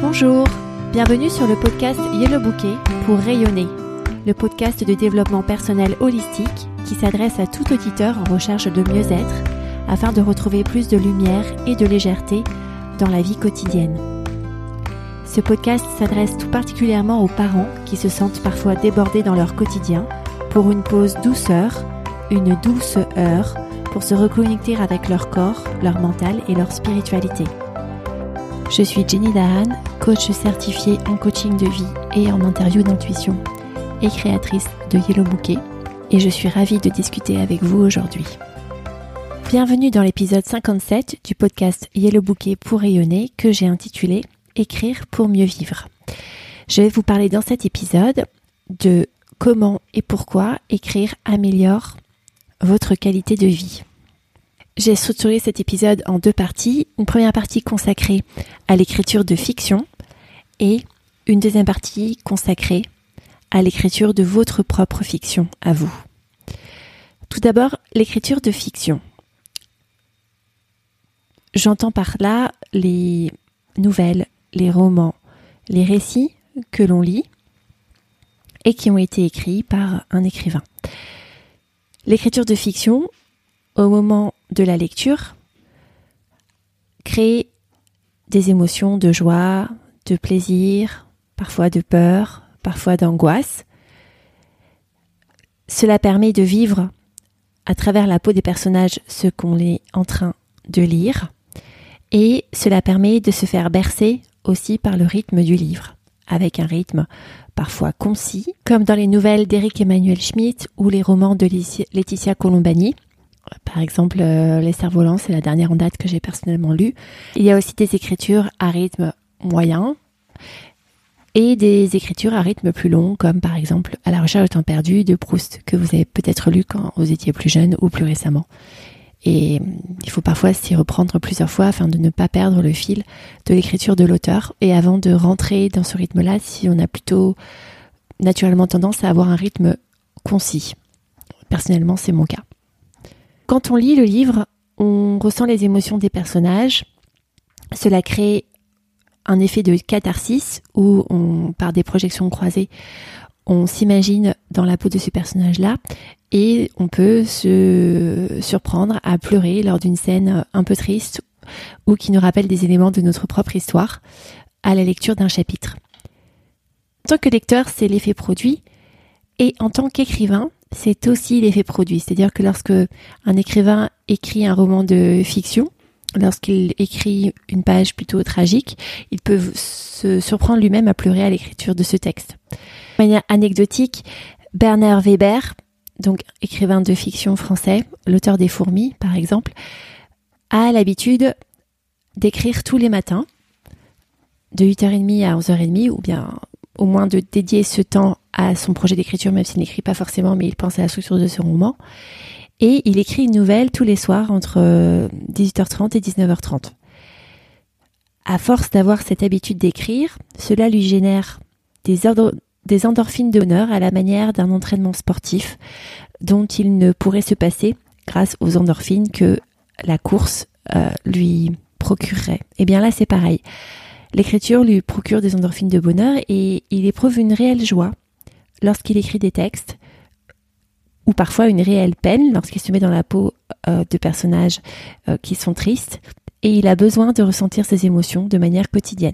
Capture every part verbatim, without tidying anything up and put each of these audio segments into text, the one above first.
Bonjour, bienvenue sur le podcast Yellow Bouquet pour rayonner, le podcast de développement personnel holistique qui s'adresse à tout auditeur en recherche de mieux-être afin de retrouver plus de lumière et de légèreté dans la vie quotidienne. Ce podcast s'adresse tout particulièrement aux parents qui se sentent parfois débordés dans leur quotidien pour une pause douceur, une douce heure pour se reconnecter avec leur corps, leur mental et leur spiritualité. Je suis Jenny Dahan, coach certifiée en coaching de vie et en interview d'intuition et créatrice de Yellow Bouquet et je suis ravie de discuter avec vous aujourd'hui. Bienvenue dans l'épisode cinquante-sept du podcast Yellow Bouquet pour rayonner que j'ai intitulé « Écrire pour mieux vivre ». Je vais vous parler dans cet épisode de comment et pourquoi écrire améliore votre qualité de vie. J'ai structuré cet épisode en deux parties. Une première partie consacrée à l'écriture de fiction et une deuxième partie consacrée à l'écriture de votre propre fiction à vous. Tout d'abord, l'écriture de fiction. J'entends par là les nouvelles, les romans, les récits que l'on lit et qui ont été écrits par un écrivain. L'écriture de fiction, au moment de la lecture, crée des émotions de joie, de plaisir, parfois de peur, parfois d'angoisse. Cela permet de vivre à travers la peau des personnages ce qu'on est en train de lire et cela permet de se faire bercer aussi par le rythme du livre, avec un rythme parfois concis, comme dans les nouvelles d'Éric Emmanuel Schmitt ou les romans de Laetitia Colombani. Par exemple, euh, Les Cerfs-Volants, c'est la dernière en date que j'ai personnellement lue. Il y a aussi des écritures à rythme moyen et des écritures à rythme plus long, comme par exemple À la recherche du temps perdu de Proust, que vous avez peut-être lu quand vous étiez plus jeune ou plus récemment. Et il faut parfois s'y reprendre plusieurs fois afin de ne pas perdre le fil de l'écriture de l'auteur. Et avant de rentrer dans ce rythme-là, si on a plutôt naturellement tendance à avoir un rythme concis. Personnellement, c'est mon cas. Quand on lit le livre, on ressent les émotions des personnages. Cela crée un effet de catharsis où, on, par des projections croisées, on s'imagine dans la peau de ce personnage-là et on peut se surprendre à pleurer lors d'une scène un peu triste ou qui nous rappelle des éléments de notre propre histoire à la lecture d'un chapitre. En tant que lecteur, c'est l'effet produit et en tant qu'écrivain, c'est aussi l'effet produit. C'est-à-dire que lorsque un écrivain écrit un roman de fiction, lorsqu'il écrit une page plutôt tragique, il peut se surprendre lui-même à pleurer à l'écriture de ce texte. De manière anecdotique, Bernard Weber, donc écrivain de fiction français, l'auteur des Fourmis par exemple, a l'habitude d'écrire tous les matins, de huit heures trente à onze heures trente, ou bien au moins de dédier ce temps à son projet d'écriture, même s'il n'écrit pas forcément, mais il pense à la structure de ce roman. Et il écrit une nouvelle tous les soirs entre dix-huit heures trente et dix-neuf heures trente. À force d'avoir cette habitude d'écrire, cela lui génère des, ordre, des endorphines de bonheur à la manière d'un entraînement sportif dont il ne pourrait se passer grâce aux endorphines que la course euh, lui procurerait. Et bien là, c'est pareil. L'écriture lui procure des endorphines de bonheur et il éprouve une réelle joie lorsqu'il écrit des textes ou parfois une réelle peine lorsqu'il se met dans la peau euh, de personnages euh, qui sont tristes et il a besoin de ressentir ces émotions de manière quotidienne.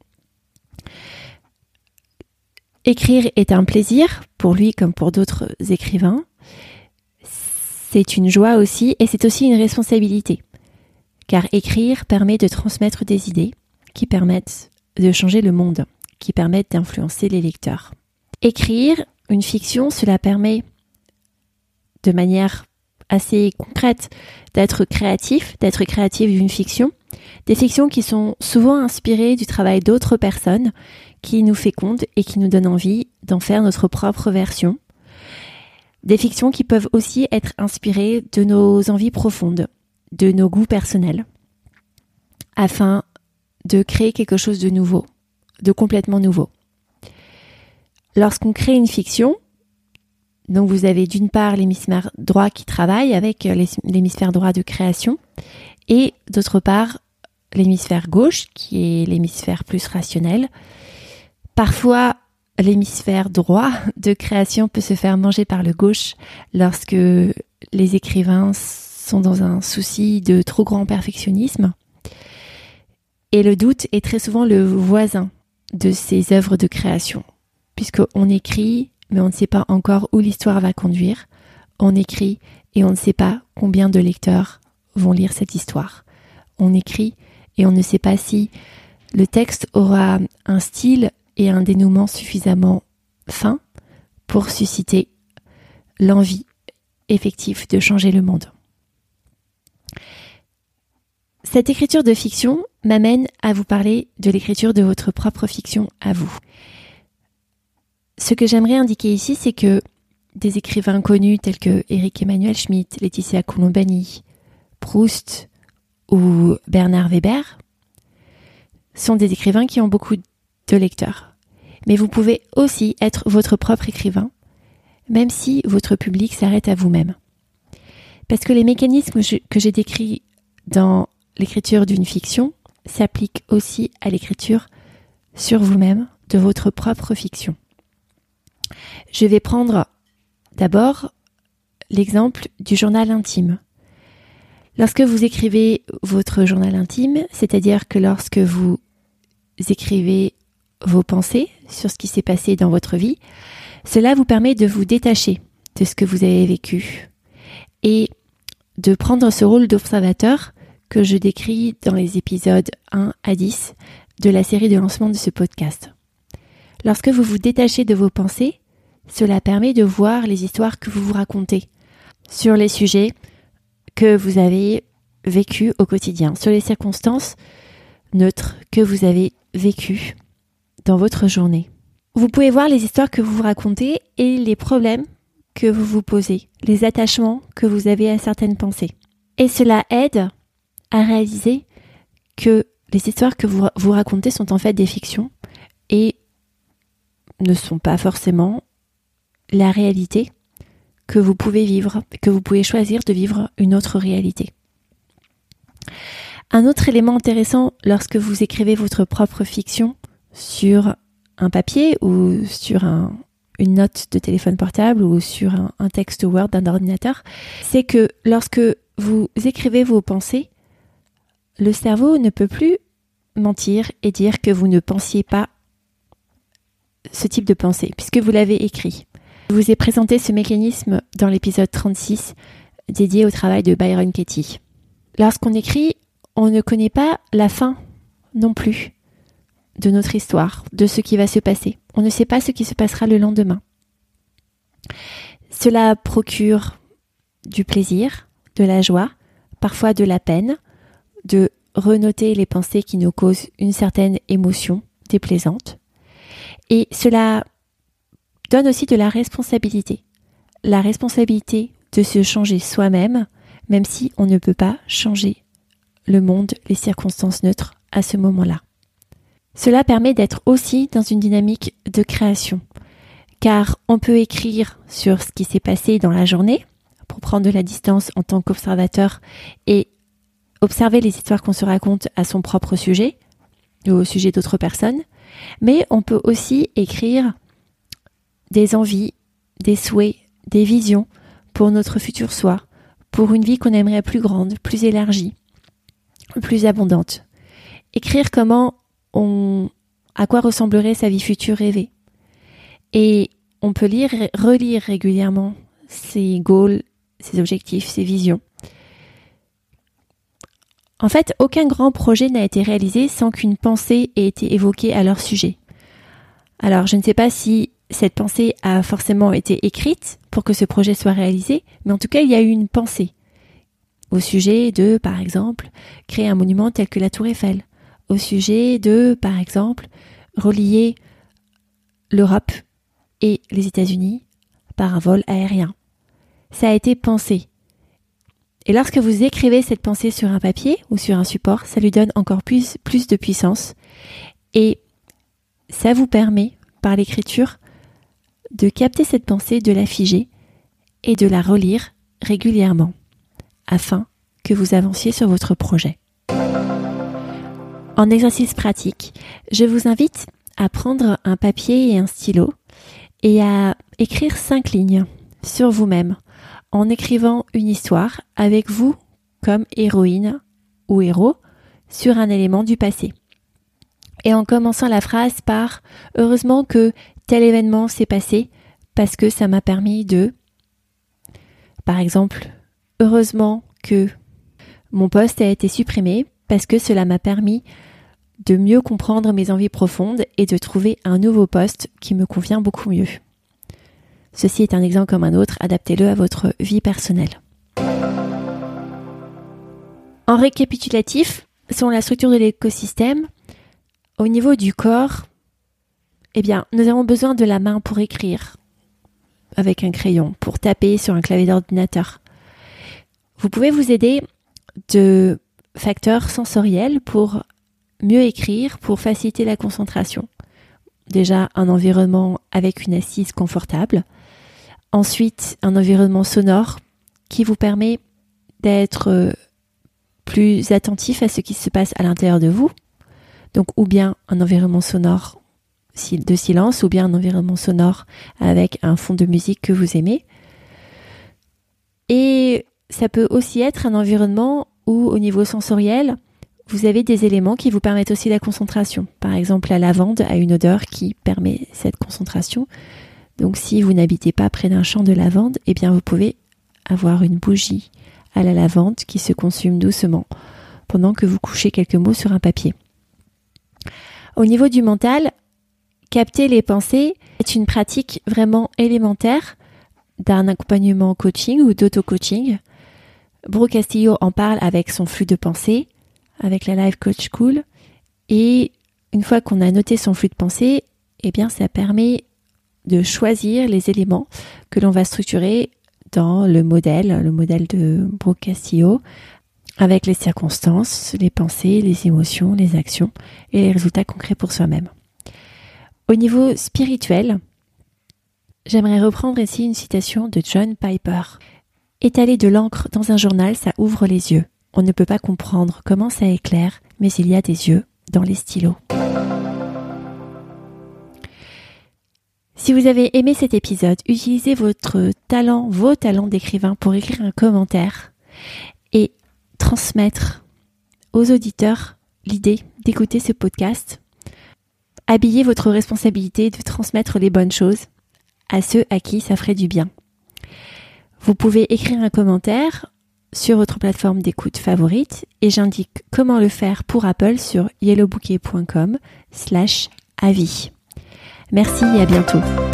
Écrire est un plaisir pour lui comme pour d'autres écrivains. C'est une joie aussi et c'est aussi une responsabilité car écrire permet de transmettre des idées qui permettent de changer le monde, qui permettent d'influencer les lecteurs. Écrire une fiction, cela permet de manière assez concrète d'être créatif, d'être créatif d'une fiction, des fictions qui sont souvent inspirées du travail d'autres personnes qui nous fécondent et qui nous donnent envie d'en faire notre propre version. Des fictions qui peuvent aussi être inspirées de nos envies profondes, de nos goûts personnels, afin de créer quelque chose de nouveau, de complètement nouveau. Lorsqu'on crée une fiction, donc vous avez d'une part l'hémisphère droit qui travaille avec l'hémisphère droit de création et d'autre part l'hémisphère gauche, qui est l'hémisphère plus rationnel. Parfois, l'hémisphère droit de création peut se faire manger par le gauche lorsque les écrivains sont dans un souci de trop grand perfectionnisme. Et le doute est très souvent le voisin de ces œuvres de création, puisqu'on écrit, mais on ne sait pas encore où l'histoire va conduire. On écrit et on ne sait pas combien de lecteurs vont lire cette histoire. On écrit et on ne sait pas si le texte aura un style et un dénouement suffisamment fin pour susciter l'envie effective de changer le monde. Cette écriture de fiction m'amène à vous parler de l'écriture de votre propre fiction à vous. Ce que j'aimerais indiquer ici, c'est que des écrivains connus tels que Éric Emmanuel Schmitt, Laetitia Colombani, Proust ou Bernard Weber sont des écrivains qui ont beaucoup de lecteurs. Mais vous pouvez aussi être votre propre écrivain, même si votre public s'arrête à vous-même. Parce que les mécanismes que j'ai décrits dans l'écriture d'une fiction s'appliquent aussi à l'écriture sur vous-même de votre propre fiction. Je vais prendre d'abord l'exemple du journal intime. Lorsque vous écrivez votre journal intime, c'est-à-dire que lorsque vous écrivez vos pensées sur ce qui s'est passé dans votre vie, cela vous permet de vous détacher de ce que vous avez vécu et de prendre ce rôle d'observateur que je décris dans les épisodes un à dix de la série de lancement de ce podcast. Lorsque vous vous détachez de vos pensées, cela permet de voir les histoires que vous vous racontez sur les sujets que vous avez vécus au quotidien, sur les circonstances neutres que vous avez vécues dans votre journée. Vous pouvez voir les histoires que vous vous racontez et les problèmes que vous vous posez, les attachements que vous avez à certaines pensées. Et cela aide à réaliser que les histoires que vous vous racontez sont en fait des fictions et ne sont pas forcément la réalité que vous pouvez vivre, que vous pouvez choisir de vivre une autre réalité. Un autre élément intéressant lorsque vous écrivez votre propre fiction sur un papier ou sur un, une note de téléphone portable ou sur un, un texte Word d'un ordinateur, c'est que lorsque vous écrivez vos pensées, le cerveau ne peut plus mentir et dire que vous ne pensiez pas ce type de pensée, puisque vous l'avez écrit. Je vous ai présenté ce mécanisme dans l'épisode trente-six dédié au travail de Byron Katie. Lorsqu'on écrit, on ne connaît pas la fin non plus de notre histoire, de ce qui va se passer. On ne sait pas ce qui se passera le lendemain. Cela procure du plaisir, de la joie, parfois de la peine, de renoter les pensées qui nous causent une certaine émotion déplaisante. Et cela donne aussi de la responsabilité. La responsabilité de se changer soi-même, même si on ne peut pas changer le monde, les circonstances neutres à ce moment-là. Cela permet d'être aussi dans une dynamique de création, car on peut écrire sur ce qui s'est passé dans la journée, pour prendre de la distance en tant qu'observateur et observer les histoires qu'on se raconte à son propre sujet, ou au sujet d'autres personnes, mais on peut aussi écrire des envies, des souhaits, des visions pour notre futur soi, pour une vie qu'on aimerait plus grande, plus élargie, plus abondante. Écrire comment on, à quoi ressemblerait sa vie future rêvée. Et on peut lire, relire régulièrement ses goals, ses objectifs, ses visions. En fait, aucun grand projet n'a été réalisé sans qu'une pensée ait été évoquée à leur sujet. Alors, je ne sais pas si cette pensée a forcément été écrite pour que ce projet soit réalisé, mais en tout cas, il y a eu une pensée au sujet de, par exemple, créer un monument tel que la Tour Eiffel, au sujet de, par exemple, relier l'Europe et les États-Unis par un vol aérien. Ça a été pensé. Et lorsque vous écrivez cette pensée sur un papier ou sur un support, ça lui donne encore plus, plus de puissance. Et ça vous permet, par l'écriture, de capter cette pensée, de la figer et de la relire régulièrement, afin que vous avanciez sur votre projet. En exercice pratique, je vous invite à prendre un papier et un stylo et à écrire cinq lignes sur vous-même en écrivant une histoire avec vous comme héroïne ou héros sur un élément du passé. Et en commençant la phrase par « Heureusement que tel événement s'est passé parce que ça m'a permis de… » Par exemple, « Heureusement que mon poste a été supprimé parce que cela m'a permis de mieux comprendre mes envies profondes et de trouver un nouveau poste qui me convient beaucoup mieux. » Ceci est un exemple comme un autre, adaptez-le à votre vie personnelle. En récapitulatif, selon la structure de l'écosystème, au niveau du corps, eh bien, nous avons besoin de la main pour écrire avec un crayon, pour taper sur un clavier d'ordinateur. Vous pouvez vous aider de facteurs sensoriels pour mieux écrire, pour faciliter la concentration. Déjà, un environnement avec une assise confortable. Ensuite, un environnement sonore qui vous permet d'être plus attentif à ce qui se passe à l'intérieur de vous. Donc, ou bien un environnement sonore de silence, ou bien un environnement sonore avec un fond de musique que vous aimez. Et ça peut aussi être un environnement où, au niveau sensoriel, vous avez des éléments qui vous permettent aussi la concentration. Par exemple, la lavande a une odeur qui permet cette concentration. Donc, si vous n'habitez pas près d'un champ de lavande, eh bien, vous pouvez avoir une bougie à la lavande qui se consume doucement pendant que vous couchez quelques mots sur un papier. Au niveau du mental, capter les pensées est une pratique vraiment élémentaire d'un accompagnement coaching ou d'auto-coaching. Brooke Castillo en parle avec son flux de pensée, avec la Life Coach School. Et une fois qu'on a noté son flux de pensée, eh bien, ça permet de choisir les éléments que l'on va structurer dans le modèle, le modèle de Brooke Castillo, avec les circonstances, les pensées, les émotions, les actions et les résultats concrets pour soi-même. Au niveau spirituel, j'aimerais reprendre ici une citation de John Piper. « Étaler de l'encre dans un journal, ça ouvre les yeux. On ne peut pas comprendre comment ça éclaire, mais il y a des yeux dans les stylos. » Si vous avez aimé cet épisode, utilisez votre talent, vos talents d'écrivain pour écrire un commentaire et transmettre aux auditeurs l'idée d'écouter ce podcast. Habillez votre responsabilité de transmettre les bonnes choses à ceux à qui ça ferait du bien. Vous pouvez écrire un commentaire sur votre plateforme d'écoute favorite et j'indique comment le faire pour Apple sur yellowbouquet point com slash avis. Merci et à bientôt.